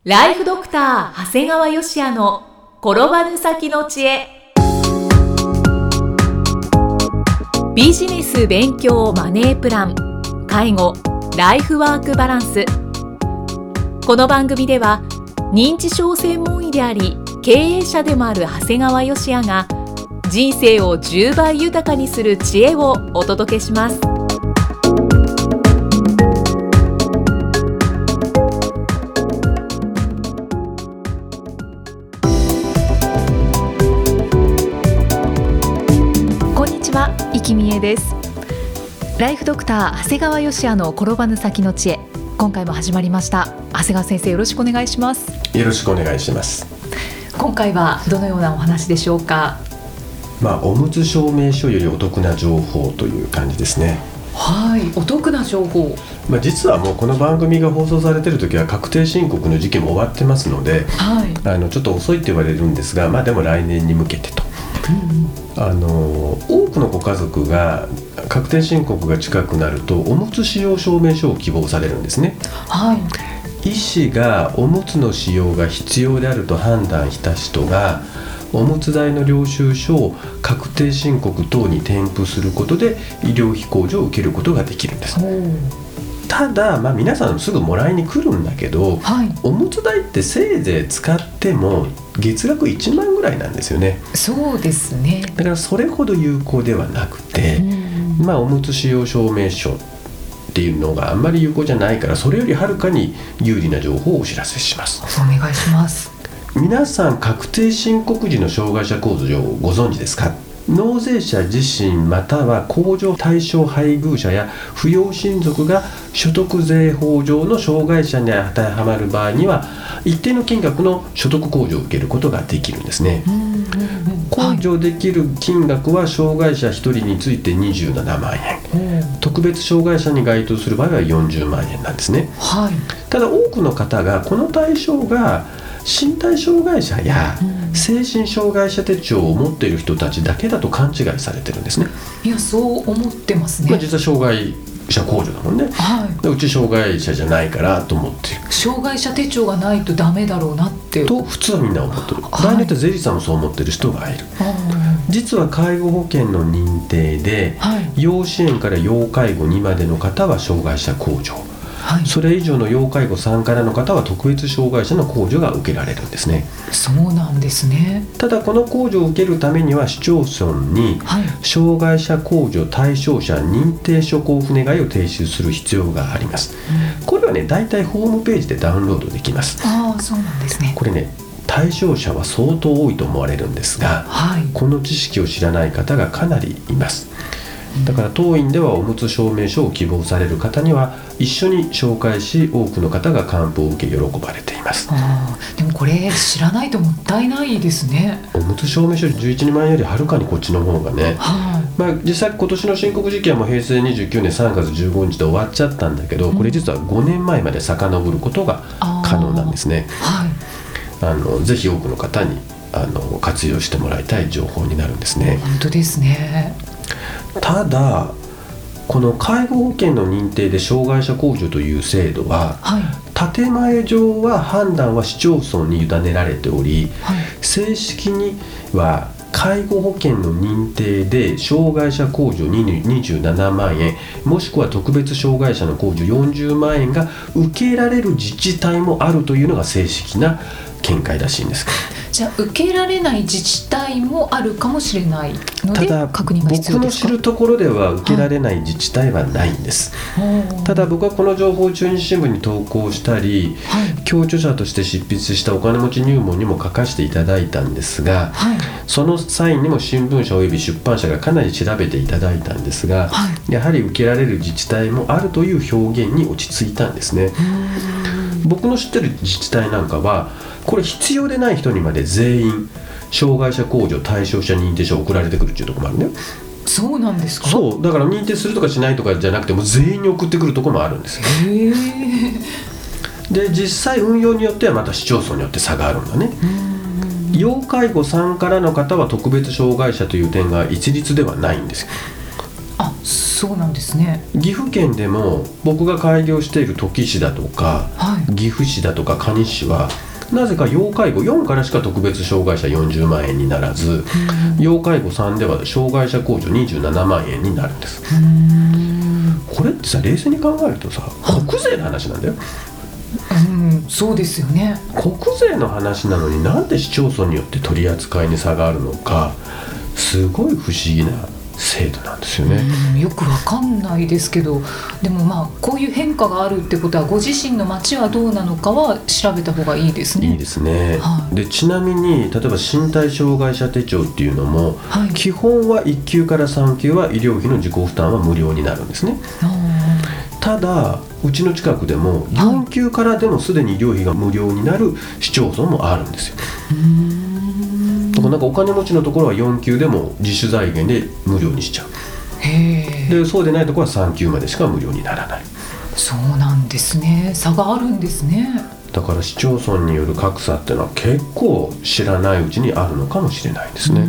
ライフドクター長谷川芳也の転ばぬ先の知恵。ビジネス勉強マネープラン、介護、ライフワークバランス。この番組では認知症専門医であり経営者でもある長谷川芳也が人生を10倍豊かにする知恵をお届けします。生きみえです。ライフドクター長谷川芳也の転ばぬ先の知恵、今回も始まりました。長谷川先生、よろしくお願いします。 よろしくお願いします。 今回はどのようなお話でしょうか。 おむつ証明書よりお得な情報という感じですね。 はい、お得な情報。 実はもうこの番組が放送されている時は確定申告の時期も終わってますので、ちょっと遅いって言われるんですが、でも来年に向けてと、多くのご家族が確定申告が近くなるとおむつ使用証明書を希望されるんですね。医師がおむつの使用が必要であると判断した人がおむつ代の領収書を確定申告等に添付することで医療費控除を受けることができるんです。ただ、皆さんすぐもらいに来るんだけど、おむつ代ってせいぜい使っても月額1万ぐらいなんですよね。 そうですね。 だからそれほど有効ではなくて、おむつ使用証明書っていうのがあんまり有効じゃないから、それよりはるかに有利な情報をお知らせします。 お願いします。 皆さん確定申告時の障害者控除をご存知ですか？納税者自身または控除対象配偶者や扶養親族が所得税法上の障害者に当てはまる場合には一定の金額の所得控除を受けることができるんですね。控除できる金額は障害者1人について27万円、特別障害者に該当する場合は40万円なんですね。ただ多くの方がこの対象が身体障害者や精神障害者手帳を持っている人たちだけだと勘違いされてるんですね。 いや、そう思ってますね。 実は障害者控除だもんね。うち障害者じゃないからと思っている。 障害者手帳がないとダメだろうなってと普通はみんな思ってる。場合によっては税理士さんもそう思ってる人がいる。実は介護保険の認定で、要支援から要介護2までの方は障害者控除、それ以上の要介護3からの方は特別障害者の控除が受けられるんですね。 そうなんですね。ただこの控除を受けるためには市町村に障害者控除対象者認定書交付願いを提出する必要があります。これはだいたいホームページでダウンロードできます。 そうなんですね。 これ対象者は相当多いと思われるんですが、この知識を知らない方がかなりいます。だから当院ではおむつ証明書を希望される方には一緒に紹介し、多くの方が還付を受け喜ばれています。 でもこれ知らないともったいないですね。 おむつ証明書11万円よりはるかにこっちの方がね、実際今年の申告時期はもう平成29年3月15日で終わっちゃったんだけど、これ実は5年前まで遡ることが可能なんですね。ぜひ多くの方に活用してもらいたい情報になるんですね。 本当ですね。 ただこの介護保険の認定で障害者控除という制度は、建前上は判断は市町村に委ねられており、正式には介護保険の認定で障害者控除27万円もしくは特別障害者の控除40万円が受けられる自治体もあるというのが正式な見解らしいんです。 じゃあ受けられない自治体もあるかもしれないので、確認が必要ですか？ 僕の知るところでは受けられない自治体はないんです。ただ僕はこの情報を中日新聞に投稿したり、共著者として執筆したお金持ち入門にも書かせていただいたんですが、その際にも新聞社および出版社がかなり調べていただいたんですが、やはり受けられる自治体もあるという表現に落ち着いたんですね。僕の知ってる自治体なんかはこれ必要でない人にまで全員障害者控除対象者認定書送られてくるっていうところもあるね。 そうなんですか？ そうだから認定するとかしないとかじゃなくても全員に送ってくるところもあるんですよ。で実際運用によってはまた市町村によって差があるんだね。要介護3からの方は特別障害者という点が一律ではないんですよ。 そうなんですね。 岐阜県でも僕が開業している土岐市だとか、岐阜市だとか可児市はなぜか要介護4からしか特別障害者40万円にならず、要介護3では障害者控除27万円になるんです。これってさ、冷静に考えるとさ、国税の話なんだよ。 そうですよね。 国税の話なのになんで市町村によって取り扱いに差があるのか、すごい不思議な制度なんですよね。 よくわかんないですけど、でもまあこういう変化があるってことはご自身の町はどうなのかは調べた方がいいですね。 いいですね、でちなみに例えば身体障害者手帳っていうのも、基本は1級から3級は医療費の自己負担は無料になるんですね。ただうちの近くでも4級からでもすでに医療費が無料になる市町村もあるんですよ。だからなんかお金持ちのところは4級でも自主財源で無料にしちゃう。でそうでないところは3級までしか無料にならない。 そうなんですね。差があるんですね。 だから市町村による格差っていうのは結構知らないうちにあるのかもしれないですね。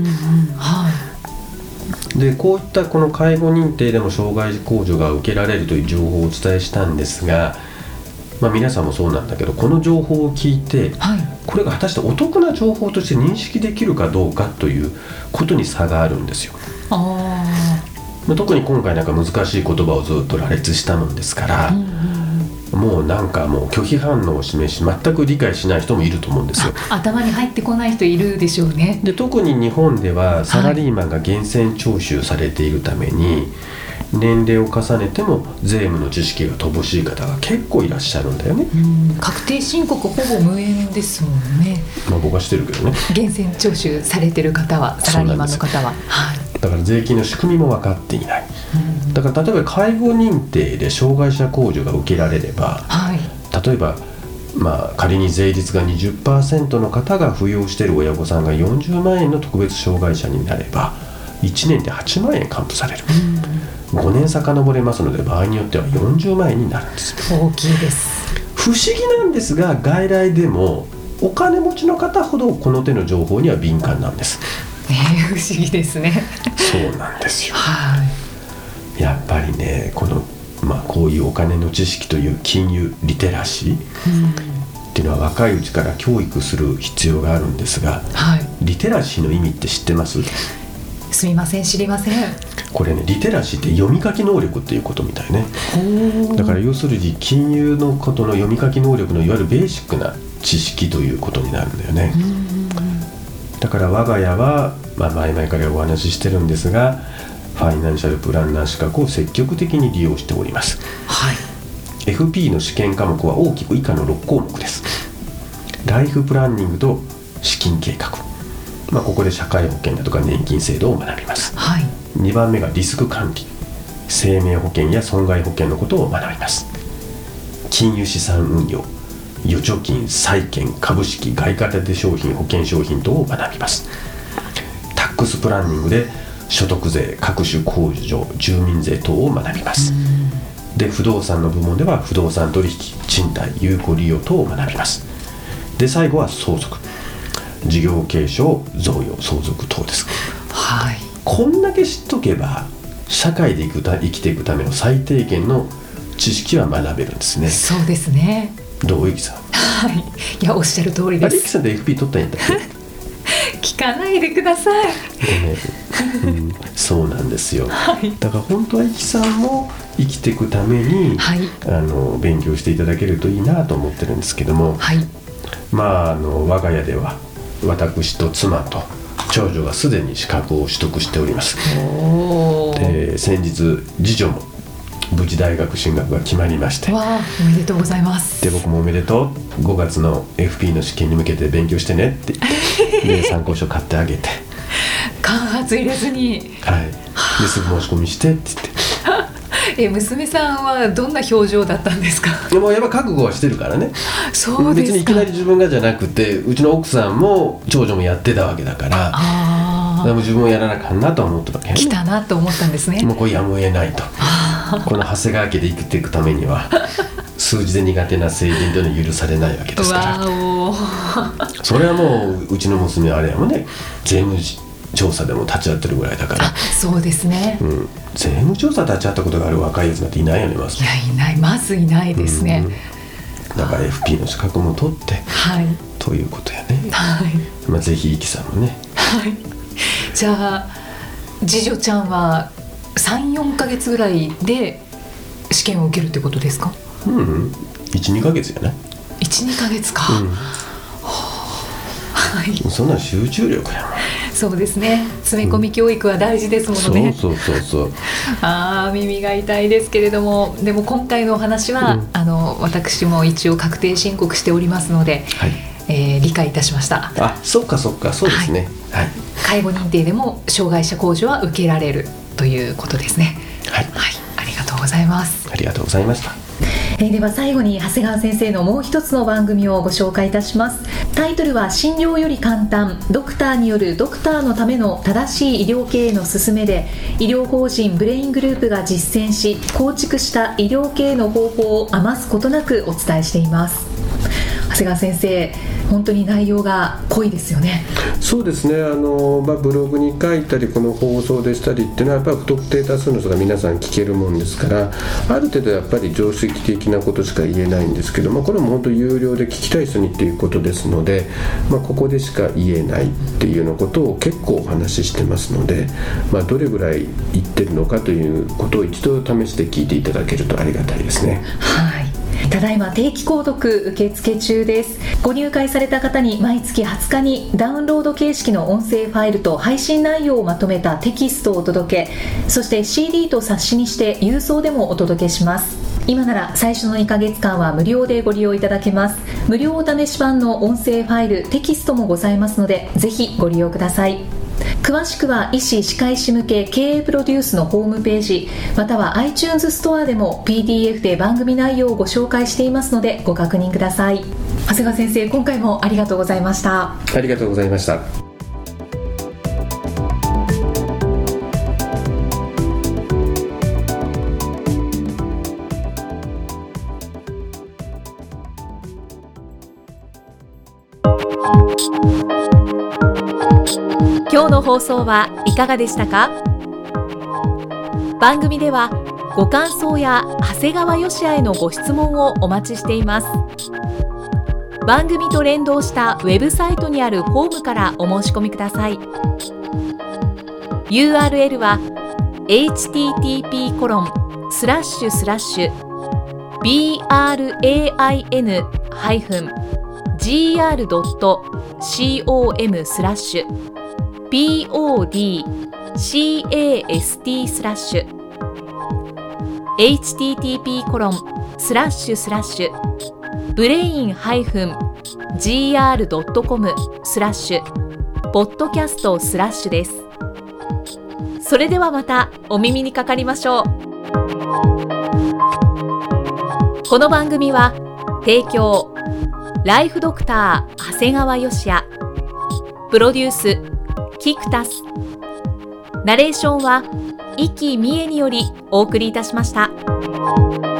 でこういったこの介護認定でも障害控除が受けられるという情報をお伝えしたんですが、皆さんもそうなんだけど、この情報を聞いて、これが果たしてお得な情報として認識できるかどうかということに差があるんですよ。特に今回なんか難しい言葉をずっと羅列したもんですから、もうなんかもう拒否反応を示し全く理解しない人もいると思うんですよ。 頭に入ってこない人いるでしょうね。 で特に日本ではサラリーマンが源泉徴収されているために、年齢を重ねても税務の知識が乏しい方が結構いらっしゃるんだよね。 確定申告ほぼ無縁ですもんね。 僕はしてるけどね。 源泉徴収されてる方は、サラリーマンの方は、 だから税金の仕組みも分かっていない。だから例えば介護認定で障害者控除が受けられれば、例えば仮に税率が 20% の方が扶養している親御さんが40万円の特別障害者になれば1年で8万円還付される。5年遡れますので、場合によっては40万円になるんです。 大きいです。 不思議なんですが、外来でもお金持ちの方ほどこの手の情報には敏感なんです。 不思議ですね。 そうなんですよ。やっぱりね、こういうお金の知識という金融リテラシーっていうのは若いうちから教育する必要があるんですが、リテラシーの意味って知ってます？ すみません、知りません。 これね、リテラシーって読み書き能力っていうことみたいね。だから要するに金融のことの読み書き能力のいわゆるベーシックな知識ということになるんだよね。だから我が家は、前々からお話ししてるんですが、ファイナンシャルプランナー資格を積極的に利用しております。FP の試験科目は大きく以下の6項目です。ライフプランニングと資金計画、ここで社会保険だとか年金制度を学びます。2番目がリスク管理、生命保険や損害保険のことを学びます。金融資産運用、預貯金、債券、株式、外貨建て商品、保険商品等を学びます。タックスプランニングで所得税、各種控除、住民税等を学びます。で不動産の部門では不動産取引、賃貸、有効利用等を学びます。で最後は相続、事業継承、贈与、相続等です。こんだけ知っとけば社会で生きていくための最低限の知識は学べるんですね。 そうですね。 どう、ゆきさん？ いや、おっしゃる通りです。 ゆきさんで FP 取ったんやったっけ？聞かないでください。 そうなんですよ。だから本当はゆきさんも生きていくために、勉強していただけるといいなと思ってるんですけども、我が家では私と妻と長女がすでに資格を取得しております。で先日次女も無事大学進学が決まりまして、 おめでとうございます。 で僕もおめでとう、5月の FP の試験に向けて勉強してねってで参考書買ってあげて間髪入れずに、 ですぐ申し込みしてって言って娘さんはどんな表情だったんですか？ もうやっぱ覚悟はしてるからね。 そうですか。 別にいきなり自分がじゃなくて、うちの奥さんも長女もやってたわけだから、でも自分もやらなあかんなとは思ってたわけ、 来たなと思ったんですね。 もうこれやむを得ないとこの長谷川家で生きていくためには数字で苦手な成人というのは許されないわけですから。それはもううちの娘はあれやもんね、税務調査でも立ち会ってるぐらいだから。 そうですね、 税務調査立ち会ったことがある若いやつなんていないよね、まず。 まずいないですね、 だから FP の資格も取って、ということやね。ぜひイキさんもね。 じゃあ次女ちゃんは 3,4 ヶ月ぐらいで試験を受けるってことですか ？1,2 ヶ月やね。 1,2 ヶ月か、 そんな集中力やもん。 そうですね、詰め込み教育は大事ですものね。 そう耳が痛いですけれども、でも今回のお話は、私も一応確定申告しておりますので、理解いたしました。 そうかそうですね、 介護認定でも障害者控除は受けられるということですね。ありがとうございます。 ありがとうございました。 では最後に長谷川先生のもう一つの番組をご紹介いたします。タイトルは診療より簡単、ドクターによるドクターのための正しい医療経営の勧めで、医療法人ブレイングループが実践し構築した医療経営の方法を余すことなくお伝えしています。長谷川先生、本当に内容が濃いですよね。 そうですね、ブログに書いたりこの放送でしたりっていうのはやっぱり不特定多数の人が皆さん聞けるもんですから、ある程度やっぱり常識的なことしか言えないんですけど、これも本当有料で聞きたい人にっていうことですので、ここでしか言えないっていうようなことを結構お話ししてますので、どれぐらい言ってるのかということを一度試して聞いていただけるとありがたいですね。 ただいま定期購読受付中です。ご入会された方に毎月20日にダウンロード形式の音声ファイルと配信内容をまとめたテキストをお届け、そして CD と冊子にして郵送でもお届けします。今なら最初の2ヶ月間は無料でご利用いただけます。無料お試し版の音声ファイル、テキストもございますので、ぜひご利用ください。詳しくは医師・歯科医師向け経営プロデュースのホームページ、または iTunes ストアでも PDF で番組内容をご紹介していますのでご確認ください。長谷川先生、今回もありがとうございました。 ありがとうございました。 今日の放送はいかがでしたか？番組ではご感想や長谷川芳也へのご質問をお待ちしています。番組と連動したウェブサイトにあるフォームからお申し込みください。 URL は brain-gr.com/brain-gr.com/podcast/ です。それではまたお耳にかかりましょう。この番組は提供ライフドクター長谷川芳也、プロデュースキクタス、ナレーションは生きみえによりお送りいたしました。